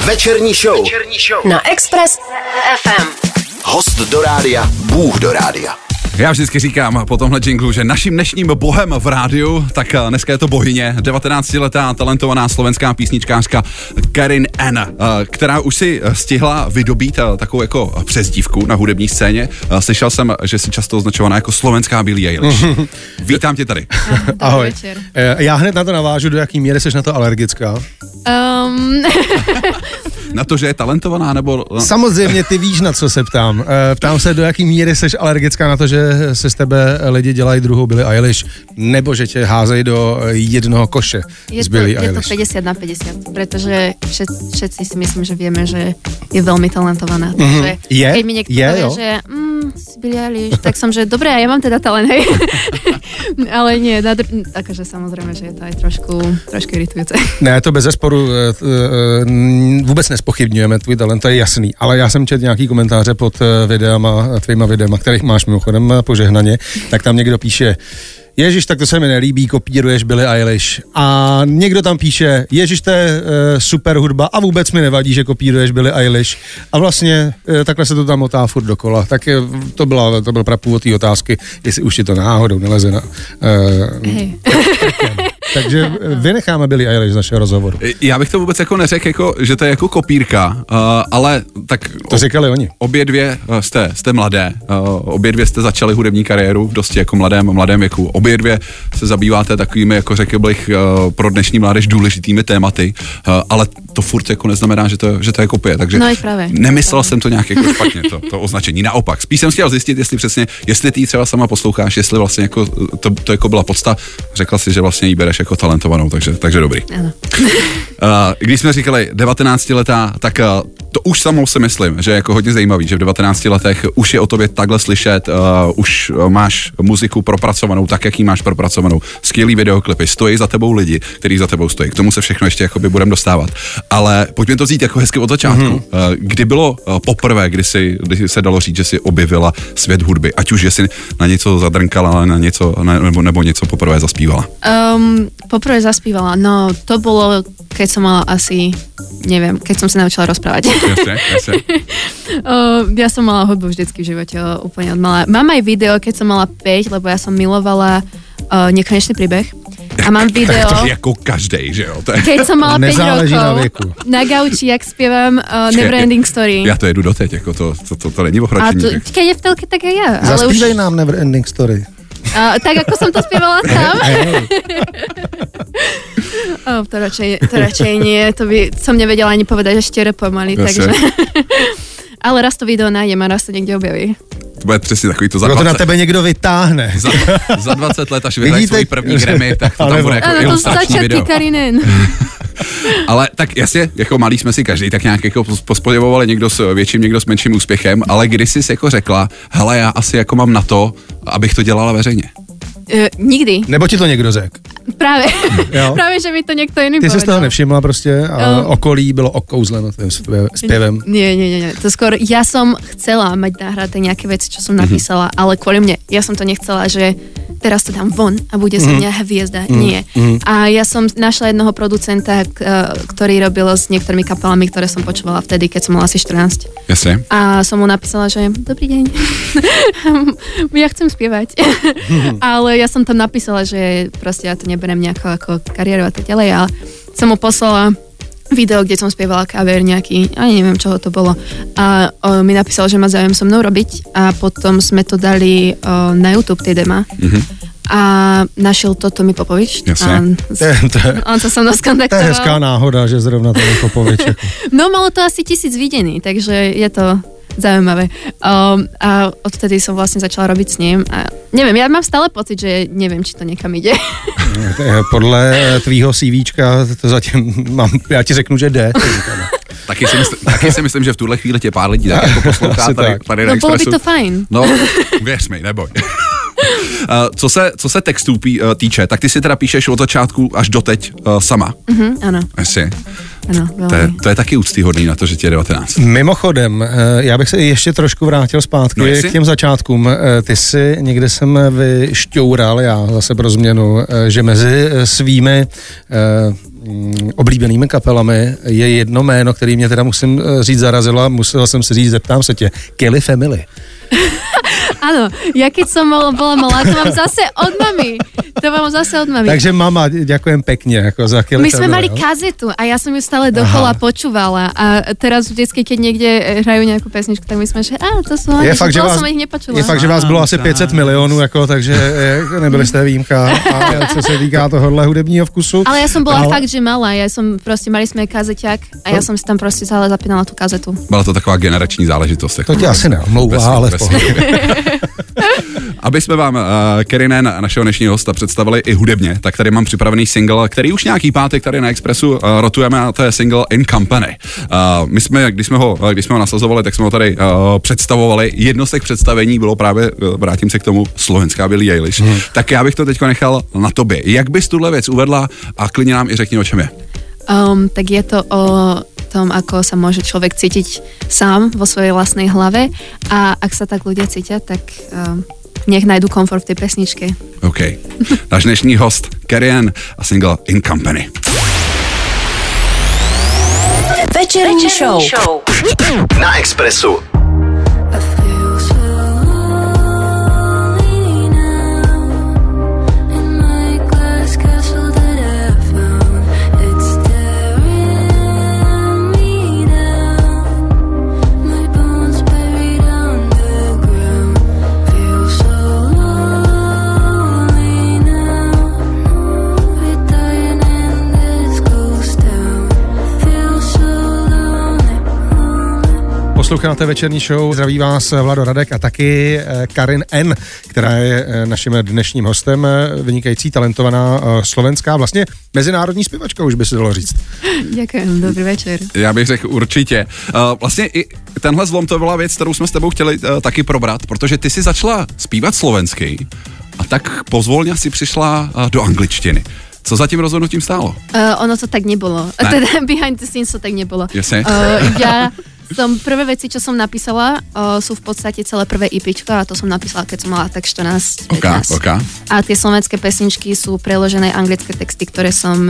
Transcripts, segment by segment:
Večerní show na Express FM. Host do rádia, Bůh do rádia. Já vždycky říkám po tomhle jinglu, že naším dnešním bohem v rádiu, tak dneska je to bohyně, 19letá talentovaná slovenská písničkářka Karin N., která už si stihla vydobít takovou jako přezdívku na hudební scéně. Slyšel jsem, že jsi často označovaná jako slovenská Billie Eilish. Vítám tě tady. Ahoj. Já hned na to navážu, do jaký míry jsi na to alergická. Na to, že je talentovaná, nebo... Samozřejmě ty víš, na co se ptám. Ptám se, do jaký míry jsi alergická na to, že se z tebe lidi dělají druhou Billie Eilish, nebo že tě házejí do jednoho koše z Billie Eilish. Je to 50/50, pretože všetci si myslím, že vieme, že je veľmi talentovaná. Takže keď mi niekto povie, že Billie Eilish, tak som, že dobré, ja mám teda talent, hej. Ale nie, takže samozrejme, že je to aj trošku iritujúce. Ne, to bez zesporu vůbec nespochybňujeme tvůj talent, to je jasný, ale já jsem četl nějaký komentáře pod tvýma videama, kterých máš mimochodem požehnaně, tak tam někdo píše: Ježiš, tak to se mi nelíbí, kopíruješ Billie Eilish. A někdo tam píše: Ježiš, to je super hudba a vůbec mi nevadí, že kopíruješ Billie Eilish. A vlastně takhle se to tam motá furt dokola. Tak to byl prapůvod té otázky, jestli už ti to náhodou neleze na... Takže vynecháme Billie Eilish z našeho rozhovoru. Já bych to vůbec jako neřekl, jako, že to je jako kopírka, ale tak... To říkali oni. Obě dvě jste mladé, obě dvě jste začali hudební kariéru v dosti jako mladém věku. Obě dvě se zabýváte takovými, jako řekl bych, pro dnešní mládež důležitými tématy, ale to furt jako neznamená, že to je kopie, takže no právě. Nemyslel jsem to nějak jako špatně, to označení. Naopak, spíš jsem chtěl zjistit, jestli ty třeba sama posloucháš, jestli vlastně jako to jako byla podsta, řekla si, že vlastně jí bereš jako talentovanou, takže dobrý. Ano. Když jsme říkali 19letá, tak to už samou si myslím, že je jako hodně zajímavý, že v 19 letech už je o tobě takhle slyšet, už máš muziku propracovanou, tak jak ji máš propracovanou, skvělý videoklipy, stojí za tebou lidi, kteří za tebou stojí. K tomu se všechno ještě jakoby budeme dostávat. Ale pojďme to vzít jako hezky od začátku. Kdy bylo poprvé, kdy se dalo říct, že si objevila svět hudby, ať už jsi na něco zadrnkala, na něco nebo něco poprvé zaspívala? Poprvé zaspívala, no to bolo, keď som mala asi, neviem, keď som sa naučila rozprávať. Jasne. Ja som mala hudbu vždycky v živote, úplne od malá. Mám aj video, keď som mala 5, lebo ja som milovala Nekonečný príbeh. A mám video... To je jako každej, že jo? Keď som mala 5 rokov, na gauči, jak spievam Neverending Story. Ja to jedu doteď, jako to není ohročení. A keď je v telke, tak aj ja. Zaspívej nám Neverending Story. Tak ako som to spievala tam. To radšej nie, to by som nevedela ani povedať, že štěre pomaly, takže... Ale raz to video nájdem a raz to někde objeví. To bude přesně takový to za 20. To na tebe někdo vytáhne. Za 20 let, až vyhrají svůj první Grammy, tak to tam bude jako ilustrační video. Karinen. Ale tak jasně, jako malí jsme si každý tak nějak jako pospoděvovali, někdo s větším, někdo s menším úspěchem, ale když jsi jako řekla, hele, já asi jako mám na to, abych to dělala veřejně. Nikdy. Nebo ti to někdo řekl? Právě, že mi to někdo jiný povedal. Ty se z toho nevšimla prostě a okolí bylo okouzleno tvým zpěvem. Nie. To skôr, ja som chcela mať nahraté nejaké veci, čo som napísala, ale kvôli mne, ja som to nechcela, že teraz to dám von a bude som nejaká hviezda. Nie. A ja som našla jednoho producenta, ktorý robil s niektorými kapelami, ktoré som počúvala vtedy, keď som mala asi 14. Jasne. A som mu napísala, že dobrý deň, ja chcem spievať. Ale ja som tam napísala, že proste ja to neberiem nejako ako kariéru a tak ďalej, ale som mu poslala video, kde som spievala cover nejaký, ani neviem, čoho to bolo. A mi napísal, že má záujem so mnou robiť a potom sme to dali na YouTube, tie dema. A našiel to Tommy Popovič. Jasne. On sa so mnou skontaktoval. To je hezká náhoda, že zrovna Tommy Popovič. No, malo to asi 1000 videní, takže je to zaujímavé. A odtedy som vlastne začala robiť s ním a neviem, ja mám stále pocit, že neviem, či to niekam ide. Podle tvýho CVčka to zatím mám, já ti řeknu, že jde. Taky si myslím, že v tuhle chvíli tě pár lidí tak jako poslouchá tady na Expressu. No bylo by to fajn. No, věř mi, neboj. Co se textů týče, tak ty si teda píšeš od začátku až doteď sama. Ano. Asi. Ano, to je taky úctyhodný na to, že ti je 19. Mimochodem, já bych se ještě trošku vrátil zpátky k těm začátkům. Ty si někde jsem vyšťoural, já zase pro změnu, že mezi svými oblíbenými kapelami je jedno jméno, který mě teda musím říct zarazilo a musel jsem si říct, zeptám se tě, Kelly Family. Áno, ja keď som bola malá, to mám zase od mami. Takže mama, ďakujem pekne ako za Kelly My sme Family, mali kazetu a ja som ju stále dokola počúvala a teraz vždycky, keď niekde hrajú nejakú pesničku, tak myslím, že to sú oni, že som ich nepočula. Je fakt, že vás bylo asi 500 milionů, jako, takže nebyli jste výjimka, a co se týká tohohle hudebního vkusu. Ale ja som bola fakt, že malá, mali sme kazeťák a ja som si tam proste stále zapínala tú kazetu. Byla to taková generační záležitost. To tě asi neomlouvá, ale v pohodě. Aby jsme vám Karin, našeho dnešního hosta, představili i hudebně, tak tady mám připravený single, který už nějaký pátek tady na Expressu rotujeme, a to je single In Company. My jsme, když jsme ho nasazovali, tak jsme ho tady představovali. Jedno z těch představení bylo právě, vrátím se k tomu, slovenská Billie Eilish. Tak já bych to teďko nechal na tobě. Jak bys tuhle věc uvedla a klidně nám i řekni, o čem je? Tak je to o tom, ako sa môže človek cítiť sám vo svojej vlastnej hlave a ak sa tak ľudia cítia, tak nech nájdu komfort v tej pesničke. OK. Náš dnešní host Karin a single In Company. Večerní show na Expressu. Posloucháte večerní show, zdraví vás Vlado Radek a taky Karin N, která je naším dnešním hostem, vynikající, talentovaná slovenská, vlastně mezinárodní zpěvačka, už by se dalo říct. Děkujem, dobrý večer. Já bych řekl určitě. Vlastně i tenhle zlom to byla věc, kterou jsme s tebou chtěli taky probrat, protože ty si začala zpívat slovensky a tak pozvolně si přišla do angličtiny. Co za tím rozhodnutím stálo? Ono to tak nebolo. Ne? Teda behind the scenes to tak nebolo. Jasne. Prvé veci, čo som napísala, sú v podstate celé prvé IPčko a to som napísala, keď som mala tak 14-15. Okay. A tie slovenské pesničky sú preložené anglické texty, ktoré som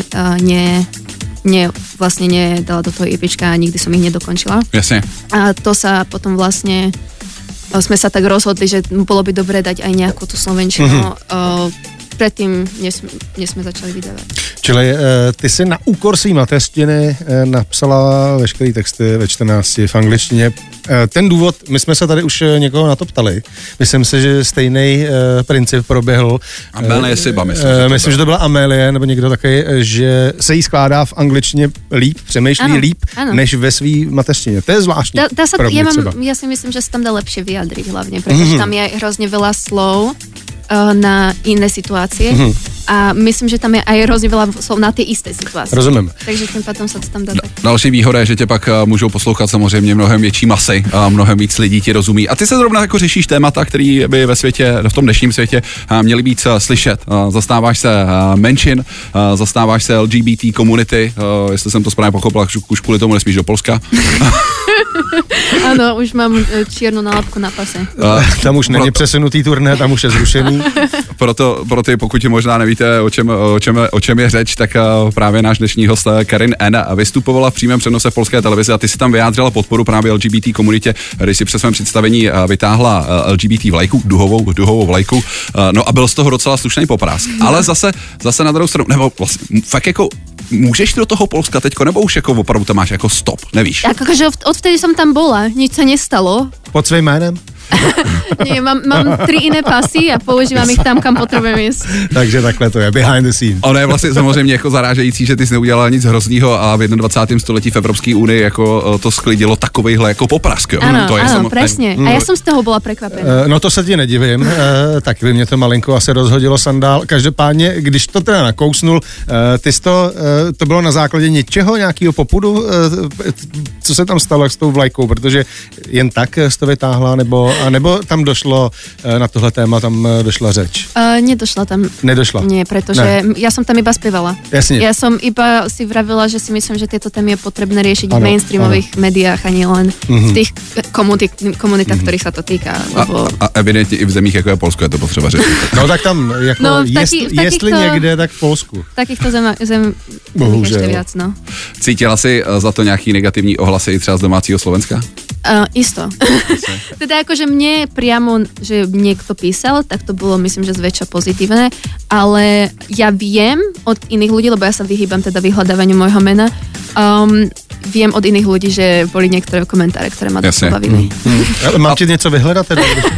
vlastne nedala do toho IPčka a nikdy som ich nedokončila. Jasne. A to sa potom vlastne sme sa tak rozhodli, že bolo by dobré dať aj nejakú tú slovenčinu předtím, než jsme začali vydávat. Čili ty jsi na úkor svý mateřštiny napsala veškerý texty ve 14 v angličtině. Ten důvod, my jsme se tady už někoho na to ptali. Myslím si, že stejný princip proběhl. Amélie Siba, myslím, že to byla Amélie, nebo někdo takový, že se jí skládá v angličtině líp, přemýšlí líp, než ve svý mateřštině. To je zvláštní. Já si myslím, že se tam dá lepšie vyjadriť hlavně, protože tam je hrozně veľa slov na iné situácie a myslím, že tam je aj hrozně veľa slov na ty isté situace. Rozumím. Takže tím potom se to tam dá tak. Další výhoda je, že tě pak můžou poslouchat samozřejmě mnohem větší masy a mnohem víc lidí ti rozumí. A ty se zrovna jako řešíš témata, které by ve světě, v tom dnešním světě měly být slyšet. Zastáváš se menšin, zastáváš se LGBT komunity, jestli jsem to správně pochopil, už kvůli tomu nesmíš do Polska. Ano, už mám čiernu nálepku na pase. Tam už není přesunutý turné, tam už je zrušený. Pro ty, pokud možná nevíte, o čem je řeč, tak právě náš dnešní host Karin N. vystupovala v přímém přenose v polské televizi a ty si tam vyjádřila podporu právě LGBT komunitě, když si při svém představení vytáhla LGBT vlajku, duhovou vlajku, no a byl z toho docela slušný poprásk. Ale zase na druhou stranu, nebo vlastně fakt jako můžeš do toho Polska teďko, nebo už jako opravdu tam máš jako stop, nevíš? Akože odvtedy som tam bola, nič sa nestalo. Pod svým jménem? Nie, mám 3 iné pasy a používám ich tam, kam potrebujem ísť. Takže takhle to je, behind the scene. Ono je vlastně samozřejmě jako zarážející, že ty jsi neudělala nic hroznýho a v 21. století v Evropské unii jako to sklidilo takovejhle jako poprask. Jo? Ano, to je presne. A ja som z toho bola prekvapená. No to se ti nedivím, tak by mě to malinko asi rozhodilo sandál. Každopádně, když to teda nakousnul, ty jsi to bylo na základě něčeho, nějakého popudu, co se tam stalo s tou vlajkou, protože jen tak to vytáhla, nebo tam došlo na tohle téma, tam došla řeč? Nedošla tam. Nedošla? Nie, pretože ja som tam iba spievala. Jasne. Ja som iba si vravila, že si myslím, že tieto témy je potrebné riešiť v mainstreamových médiách a nie len v tých komunitách, ktorých sa to týka. Lebo... A evidentně i v zemích, jako je Polsko, je to potřeba řešit. No tak tam, jako, jestli někde, tak v Polsku. V takýchto zemích ešte viac, no. Cítila si za to nějaký negativní ohlasy i třeba z domácího Slovenska? Isto. Teda akože mne priamo, že niekto písal, tak to bolo, myslím, že zväčša pozitívne, ale ja viem od iných ľudí, lebo ja sa vyhýbam teda vyhľadávaniu môjho mena, viem od iných ľudí, že boli niektoré komentáře, které ma dosť pobavili. Mám ti něco vyhledat?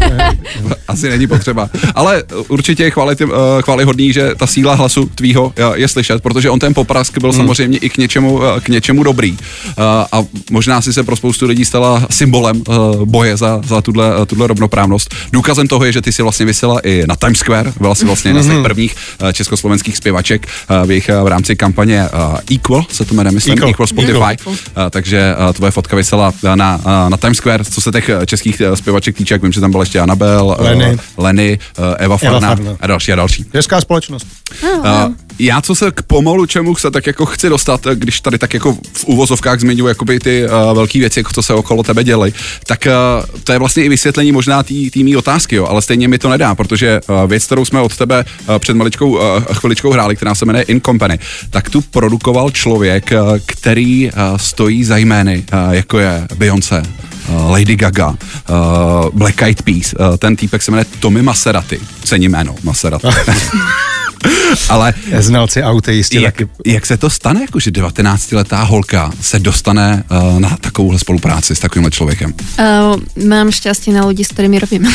Asi není potřeba. Ale určitě je chválihodný, že ta síla hlasu tvýho je slyšet, protože on ten poprask byl samozřejmě i k něčemu dobrý. A možná si se pro spoustu lidí stala symbolem boje za tuhle rovnoprávnost. Důkazem toho je, že ty si vlastně vysela i na Times Square, byla si vlastně jedna z těch prvních československých zpěvaček v rámci kampaně Equal, se to jmenuje, myslím, Equal Spotify. Takže tvoje fotka vysela na Times Square, co se těch českých zpěvaček týče, jak vím, že tam byla ještě Anabel, Lenny, Eva Farna a další. Česká společnost. Já, co se k pomalu čemu se tak jako chci dostat, když tady tak jako v úvozovkách zmiňuji jakoby ty velké věci, jako co se okolo tebe dělají, tak to je vlastně i vysvětlení možná té mý otázky, jo, ale stejně mi to nedá, protože věc, kterou jsme od tebe před maličkou chviličkou hráli, která se jmenuje In Company, tak tu produkoval člověk, který stojí za jmény, jako je Beyoncé, Lady Gaga, Black Eyed Peas, ten týpek se jmenuje Tommy Maserati, cením jméno Maserati. Ale znalci auta jistě taky. Jak se to stane, jako že 19letá holka se dostane na takovouhle spolupráci s takovýmhle člověkem? Mám šťastie na ľudí, s ktorými robím.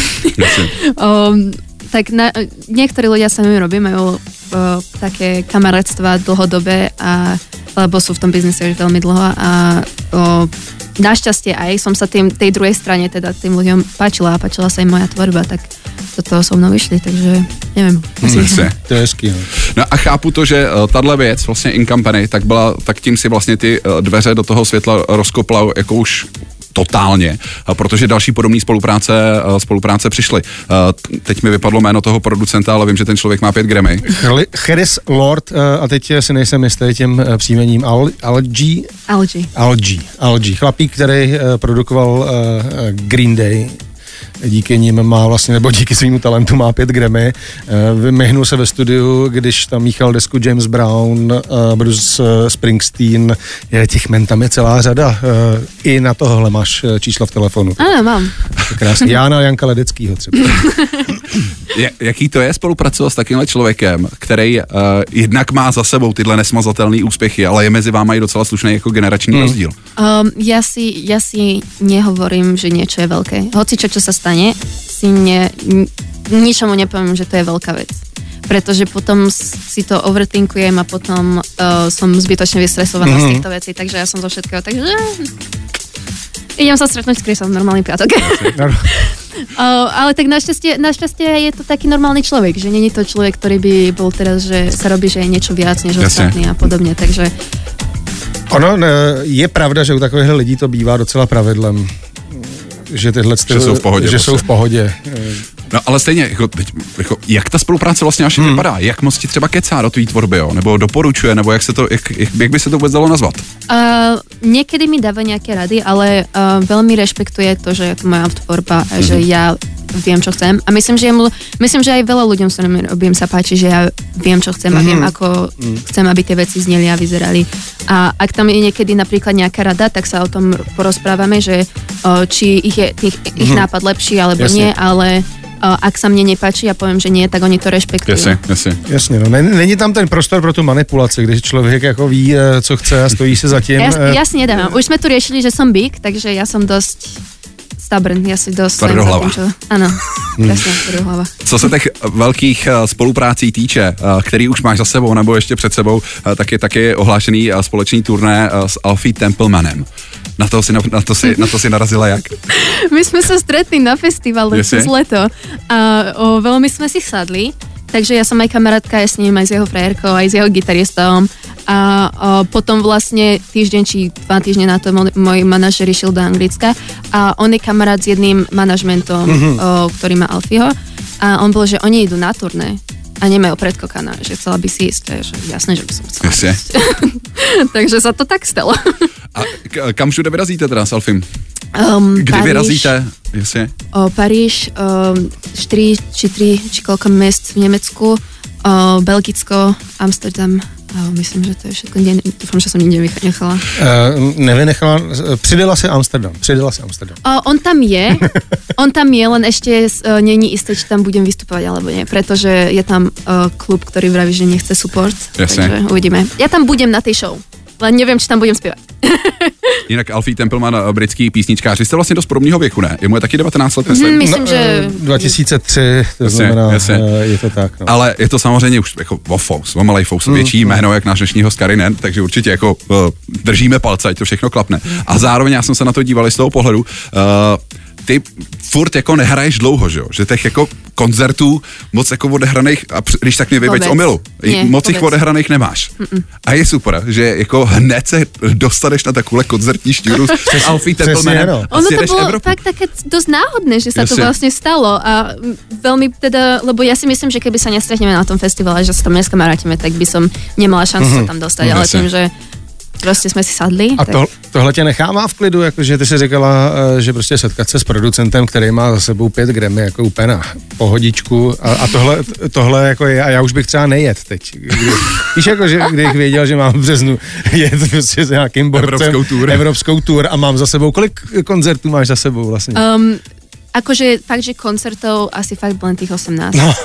Tak niektorí ľudia sa mi robí, majú také kamarátstva dlhodobé, lebo sú v tom biznise už veľmi dlho a našťastie aj som sa tej druhej strane, teda tým ľuďom páčila sa im moja tvorba, tak do toho so mnou vyšli, takže nevím. To je hezký. No a chápu to, že tahle věc, vlastně In Company, tak tím si vlastně ty dveře do toho světla rozkopla jako už totálně, protože další podobné spolupráce přišly. Teď mi vypadlo jméno toho producenta, ale vím, že ten člověk má 5 Grammy. Harris Lord, a teď si nejsem jistý tím příjmením, Algie. Chlapík, který produkoval Green Day. Díky nim má vlastně, nebo díky svýmu talentu má 5 Grammy. Vymehnul se ve studiu, když tam míchal desku James Brown, Bruce Springsteen, těch men tam je celá řada. I na tohle máš číslo v telefonu. Ano, mám. Krásně. Jána Janka Ledeckýho třeba. Jaký to je spolupracovat s takovýmhle člověkem, který jednak má za sebou tyhle nesmazatelné úspěchy, ale je mezi váma i docela slušný jako generační rozdíl? Ja si nehovorím, že niečo je veľké. Hoci čo sa stane, ničomu nepoviem, že to je veľká vec. Pretože potom si to overthinkujem a potom som zbytočne vystresovaná z týchto vecí, takže ja som zo všetkého, takže idem sa stretnúť s Chrisom, normálny piatok. Ale tak našťastie je to taký normálny človek, že není to človek, ktorý by bol teraz, že sa robí, že je niečo viac než ostatní a podobne, takže ono je pravda, že u takovýchhle lidí to bývá docela pravidlem, že tyhle jsou v pohodě. No ale stejně, jak ta spolupráce vlastně až vypadá? Jak moc ti třeba kecá do tvý tvorby, jo? Nebo doporučuje, nebo jak by se to vůbec dalo nazvat? Niekedy mi dáva nejaké rady, ale veľmi rešpektuje to, že je to moja tvorba a že ja viem, čo chcem. A myslím, že aj veľa ľuďom sa páči, že ja viem, čo chcem a viem, ako chcem, aby tie veci zneli a vyzerali. A ak tam je niekedy napríklad nejaká rada, tak sa o tom porozprávame, že či ich nápad lepší, alebo nie, ale ak sa mne nepáči a poviem, že nie, tak oni to rešpektujú. Jasně, no. Není tam ten prostor pro tu manipulaci, když člověk jako ví, co chce a stojí se za tím. Ja si nedám. Už sme tu riešili, že som bík, takže ja som dosť stubborn, ja si dosť tvrdohlava. Áno, presne, tvrdohlava. Co se těch velkých spoluprácí týče, který už máš za sebou nebo ještě před sebou, tak je taky ohlášený společný turné s Alfie Templemanem. Na to si narazila jak? My sme sa stretli na festivale cez leto a veľmi sme si sadli, takže ja som aj kamarátka aj s ním, aj s jeho frajerkou, aj s jeho gitaristom A potom vlastne týždeň či 2 týždne na to môj manažer išiel do Anglicka a on je kamarát s jedným manažmentom, ktorý má Alfieho a on bol, že oni idú na turné a nemajú predkokana, že chcela by si ísť, že jasné, že by som chcela ísť. Takže sa to tak stalo. A kam všude vyrazíte teda s Alfim? Kdy Paríž, vyrazíte? Jasne. Paríž, 4 či 3 či koľko miest v Nemecku, Belgicko, Amsterdam. Myslím, že to je všetko. Dúfam, že som nikde nechala. Nevynechala, přidala si Amsterdam. On tam je, len ešte není isté, či tam budem vystupovať alebo nie, pretože je tam klub, ktorý vraví, že nechce support. Jasne. Takže uvidíme. Ja tam budem na tej show, len neviem, či tam budem spievať. Jinak Alfie Templeman, britský písničkář, jste vlastně dost podobného věku, ne? Je mu je taky 19 let, myslím. Myslím, že... 2003, to znamená, je to tak. No. Ale je to samozřejmě už jako o malej fous, větší jméno, jak náš dnešní host Karinen, takže určitě jako držíme palce, ať to všechno klapne. A zároveň já jsem se na to díval z toho pohledu, ty furt jako nehraješ dlouho, že jo? Že těch jako koncertů moc jako odehraných, a když tak mě vyveď z omylu, moc jich odehraných nemáš. A je super, že jako hned se dostaneš na takovou koncertní šťůru s Alfie Templemanem a ono to bolo fakt také dosť náhodné, že sa to vlastne stalo a veľmi teda, lebo ja si myslím, že keby sa nestretneme na tom festivale, že sa tam neskamarátime, tak by som nemala šancu sa tam dostať, ale tým, že prostě jsme si sadli. A tohle tě nechává v klidu, jakože ty jsi říkala, že prostě setkat se s producentem, který má za sebou 5 Grammy, jako úplně na pohodičku a tohle jako je, a já už bych třeba nejet teď. Víš, jako, že kdybych věděl, že mám v březnu jet prostě s nějakým borcem Evropskou tour a mám za sebou, kolik koncertů máš za sebou vlastně? Akože fakt, že koncertov asi fakt len tých 18. No.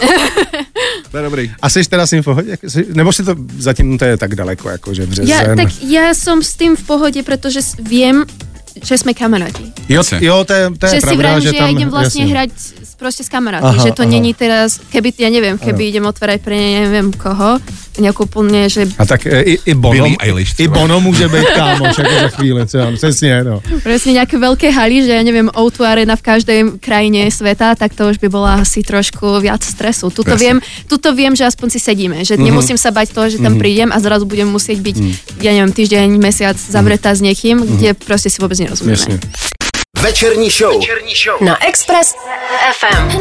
To je dobrý. A jsi teda s tím v pohodě? Nebo si to zatím to je tak daleko, jako že březen? Ja som s tým v pohode, pretože viem, že sme kamaráti. Jo, to je že pravda, si vrajím, že že tam... ja idem vlastne hrať proste s kamaráti, že to není teraz, keby, ja neviem, keby idem otvárať pre neviem koho, nejakú úplne, že... A tak i Bono môže byť kámoš, ako za chvíli, přesně, no. Presne nejaké veľké haly, že ja neviem, O2 Arena v každej krajine sveta, tak to už by bola asi trošku viac stresu. Tuto viem, že aspoň si sedíme, že nemusím sa bať toho, že tam prídem a zrazu budem musieť byť, ja neviem, týždeň, mesiac zavretá s niekým, kde proste si vôbec nerozumieme. Večerní show na Express FM.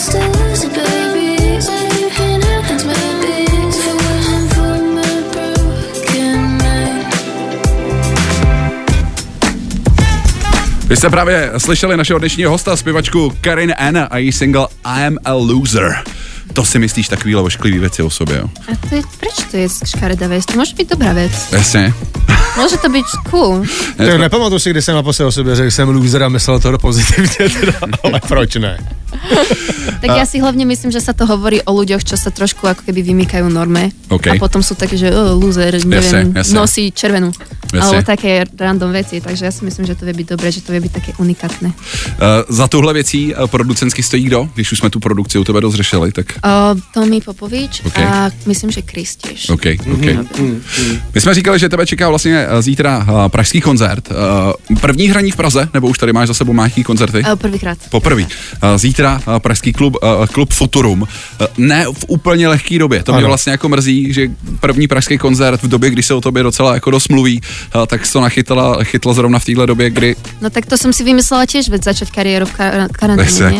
Vy jste právě slyšeli našeho dnešního hosta, zpěvačku Karin N a její single I Am a Loser. To si myslíš takovýhle ošklivý věci o sobě, jo? A to je, prečo to je škaredá vec? To môže byť dobrá vec. Jasně. Môže to byť cool. Nepamatuji si, kdy jsem naposled o sobě řekl, že jsem loser a myslel to pozitivně, teda, ale proč ne? Tak ja si hlavne myslím, že sa to hovorí o ľuďoch, čo sa trošku ako keby vymýkajú norme. Okay. A potom sú také, že loser, neviem, nosí červenú. Alebo také random veci, takže ja si myslím, že to vie byť dobré, že to vie byť také unikátne. Za tuhle věcí producentsky stojí kdo? Když už jsme tu produkci u tebe dozřešili, tak... Tomi Popovič a myslím, že Chris tiež. Okay. My jsme říkali, že tebe čeká vlastně zítra pražský koncert. První hraní v Praze, nebo už tady máš za sebou nějaký koncerty? Prvýkrát. Poprvý. Zítra pražský klub Futurum. Ne v úplně lehký době. To mě vlastně jako mrzí, že první pražský koncert v době, kdy se o tobě docela jako dost mluví, tak to chytla zrovna v téhle době, kdy... No tak to jsem si vymyslela tiež, veď začať kariéru v karanténě.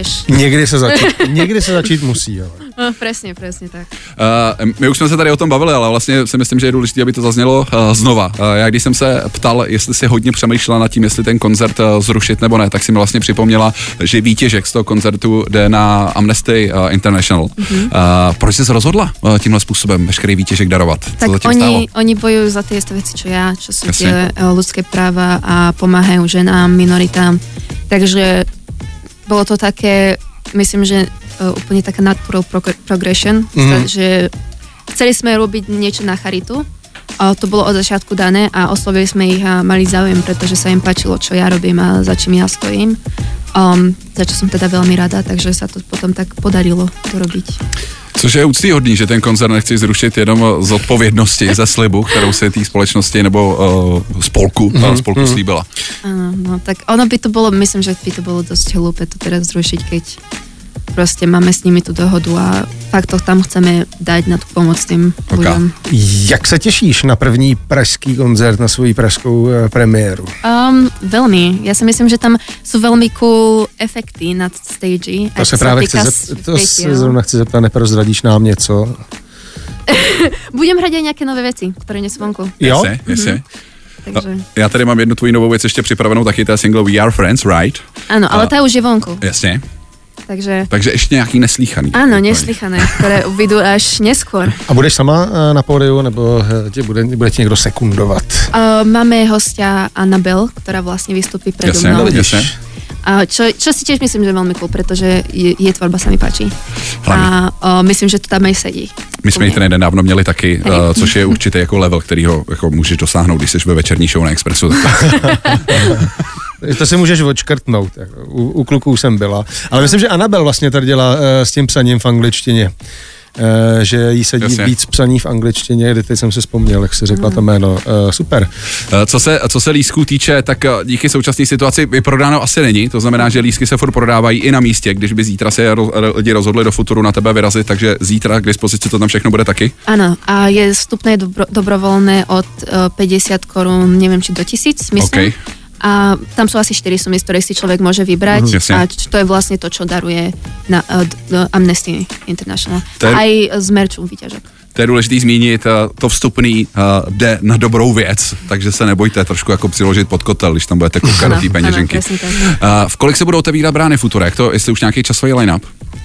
Někdy se začít musí, ale... No, presne tak. My už jsme se tady o tom bavili, ale vlastně si myslím, že je důležité, aby to zaznělo znova. Já když jsem se ptal, jestli si hodně přemýšlela nad tím, jestli ten koncert zrušit nebo ne, tak si mi vlastně připomněla, že výtěžek z toho koncertu jde na Amnesty International. Proč jsi se rozhodla tímhle způsobem veškerý výtěžek darovat? Tak oni bojujú za tie veci, čo ja, čo sú tie ľudské práva a pomáhajú ženám, minoritám. Takže bolo to také, myslím, že úplne taká natural progression, že chceli sme robiť niečo na charitu, a to bolo od začiatku dané a oslovili sme ich a mali záujem, pretože sa im páčilo, čo ja robím a za čím ja stojím. Za čo som teda veľmi rada, takže sa to potom tak podarilo to robiť. Což je úctyhodný, že ten koncert nechci zrušit jenom z odpovědnosti za slibu, kterou se té společnosti nebo spolku slíbila. Áno, no tak ono by to bolo, myslím, že by to bolo dosť hlúpe to teraz zrušiť, keď proste máme s nimi tú dohodu a fakt to tam chceme dať na tú pomoc tým ľuďom. Jak se těšíš na první pražský koncert, na svoji pražskou premiéru? Veľmi. Ja si myslím, že tam sú veľmi cool efekty na stage. To se právě zrovna chci zeptat, neprozradíš nám něco? Budem hrať aj nejaké nové veci, ktoré nie sú vonku. Jo? Jasne. Takže... Já tady mám jednu tvoji novou věc ještě připravenou, taky ta single We Are Friends, right? Áno, ale tá už je vonku. Jasně. Takže ještě nějaký neslíchaný. Áno, neslíchané, ktoré vyjdú až neskôr. A budeš sama na pódiu, nebo bude ti někdo sekundovat? Máme hostia Anabel, ktorá vlastne vystúpi predo mnou. Jasne. Čo si tiež myslím, že je veľmi cool, pretože jej tvorba sa mi páči. A myslím, že to tam aj sedí. My jsme ji ten nedávno měli taky, což je určitě jako level, kterýho jako můžeš dosáhnout, když jsi ve večerní show na Expressu. To si můžeš odškrtnout. U kluků jsem byla. Ale myslím, že Anabel vlastně tady dělá s tím psaním v angličtině. Že jí sedí víc psaní v angličtině, kdy teď jsem si vzpomněl, jak se řekla to jméno. Super. Co se lístků týče, tak díky současné situaci vyprodáno asi není, to znamená, že lístky se furt prodávají i na místě, když by zítra se lidi rozhodli do Futuru na tebe vyrazit, takže zítra k dispozici to tam všechno bude taky? Áno, a je vstupné dobrovoľné od 50 korun, neviem, či do 1000, myslím. Okay. A tam sú asi 4 sumy, z ktorých si človek môže vybrať a to je vlastne to, čo daruje na Amnesty International. Aj z merču výťažok. To je důležité zmínit, to vstupný jde na dobrou věc, takže se nebojte trošku jako přiložit pod kotel, když tam budete koukat do té peněženky. V kolik se budou otevírat brány Futura? Jak to, jestli už nějaký časový line-up?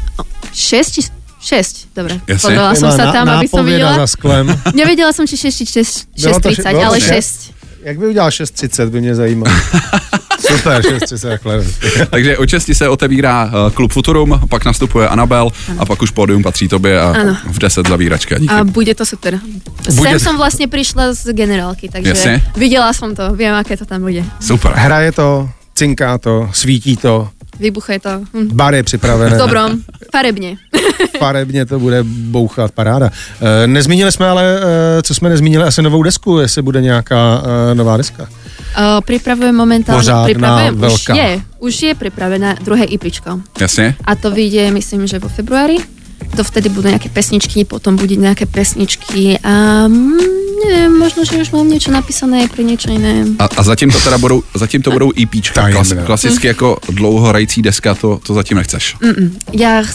6, dobre. Podala som sa tam, aby som videla. Nevedela som, či 6:30, ale 6. Jak by udělal 6:30, by mě zajímalo. Super, 6:30, takhle. Takže o 6 se otevírá klub Futurum, pak nastupuje Anabel a pak už pódium patří tobě a v 10 zavíračka. Díky. A bude to super. Sem som vlastne prišla z generálky, takže videla som to, viem, aké to tam bude. Super. Hraje to, cinká to, svítí to. Vybuchuje to. Bar je připravené. Dobrom, farebně. Farebně to bude bouchat, paráda. Nezmínili jsme ale, co jsme nezmínili, asi novou desku, jestli bude nějaká nová deska. Pripravujeme momentálne. Pořádná, velká. Už je pripravená druhé IPčko. Jasne. A to vyjde, myslím, že vo februári. Dovtedy budú nejaké pesničky, potom bude nejaké pesničky a neviem, možno, že už mám niečo napísané pre niečo iné. A zatím to budou EPčka, klasicky jako dlouhohrající deska, to zatím nechceš. Ja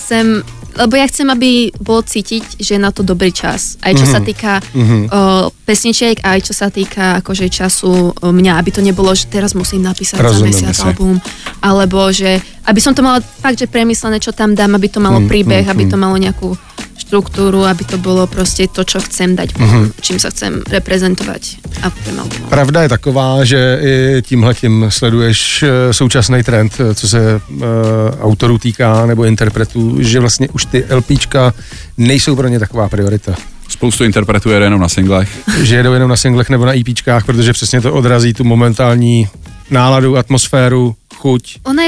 chcem, aby bolo cítiť, že je na to dobrý čas. Aj čo sa týka pesničiek, aj čo sa týka akože času mňa, aby to nebolo, že teraz musím napísať za mesiac album, alebo že aby som to mala fakt, že premyslené, čo tam dám, aby to malo príbeh, aby to malo nejakú štruktúru, aby to bylo prostě to, čo chcem dať, čím sa chcem reprezentovať. A pravda je taková, že i tímhletím sleduješ současný trend, co se autorů týká nebo interpretů, že vlastně už ty LPčka nejsou pro ně taková priorita. Spoustu interpretů jede jenom na singlech. Že jedou jenom na singlech nebo na EPčkách, protože přesně to odrazí tu momentální náladu, atmosféru, chuť, Ona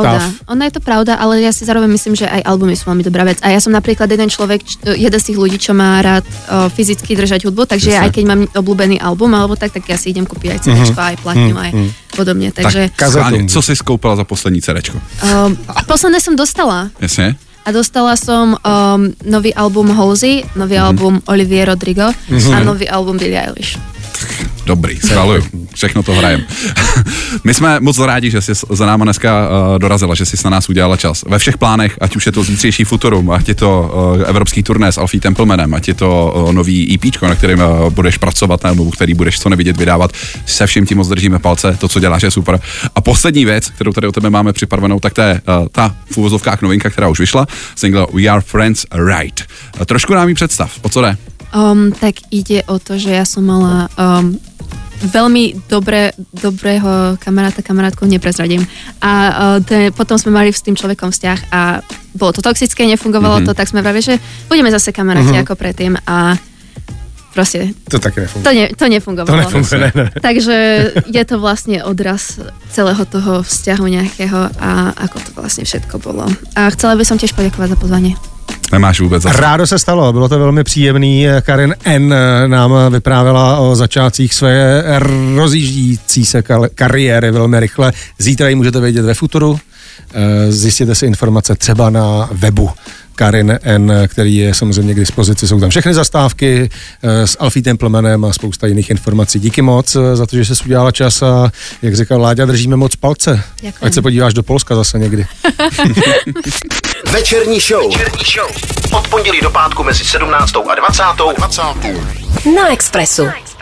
je to pravda, ale ja si zároveň myslím, že aj albumy sú veľmi dobrá vec. A ja som napríklad jeden z tých ľudí, čo má rád fyzicky držať hudbu, takže aj keď mám obľúbený album alebo tak ja si idem kúpiť aj CDčko, aj platňu, aj podobne. Takže... Tak, co si skoupila za poslední CDčko? Posledné som dostala. Jasne. A dostala som nový album Halsey, nový album Olivia Rodrigo a nový album Billie Eilish. Dobrý, schváluju. Všechno to hrajem. My jsme moc rádi, že jsi za náma dneska dorazila, že jsi na nás udělala čas. Ve všech plánech, ať už je to zítřejší Futurum, ať je to evropský turné s Alfie Templemanem, ať je to nový EPčko, na kterým budeš pracovat, nebo který budeš co nevidět vydávat. Se vším ti moc držíme palce, to, co děláš, je super. A poslední věc, kterou tady o tebe máme připravenou, tak to je ta v úvozovkách novinka, která už vyšla, single We Are Friends, Right. Trošku nám ji představ, o co jde? Tak ide o to, že ja som mala veľmi dobrého kamarátku neprezradím. A potom sme mali s tým človekom vzťah a bolo to toxické, nefungovalo to, tak sme pravili, že budeme zase kamaráti ako predtým a proste... To také nefungovalo. To nefungovalo. Ne. Takže je to vlastne odraz celého toho vzťahu nejakého a ako to vlastne všetko bolo. A chcela by som tiež poďakovať za pozvanie. Nemáš vůbec. Rádo se stalo, bylo to velmi příjemný. Karin N. nám vyprávěla o začátcích své rozjíždící se kariéry velmi rychle. Zítra ji můžete vidět ve Futuru. Zjistěte si informace třeba na webu Karin N, který je samozřejmě k dispozici. Jsou tam všechny zastávky s Alfie Templemanem a spousta jiných informací. Díky moc za to, že jsi udělala čas a jak říkal Láďa, držíme moc palce. Děkujem. Ať se podíváš do Polska zase někdy. Večerní show. Od pondělí do pátku mezi 17. a 20. Na Expressu.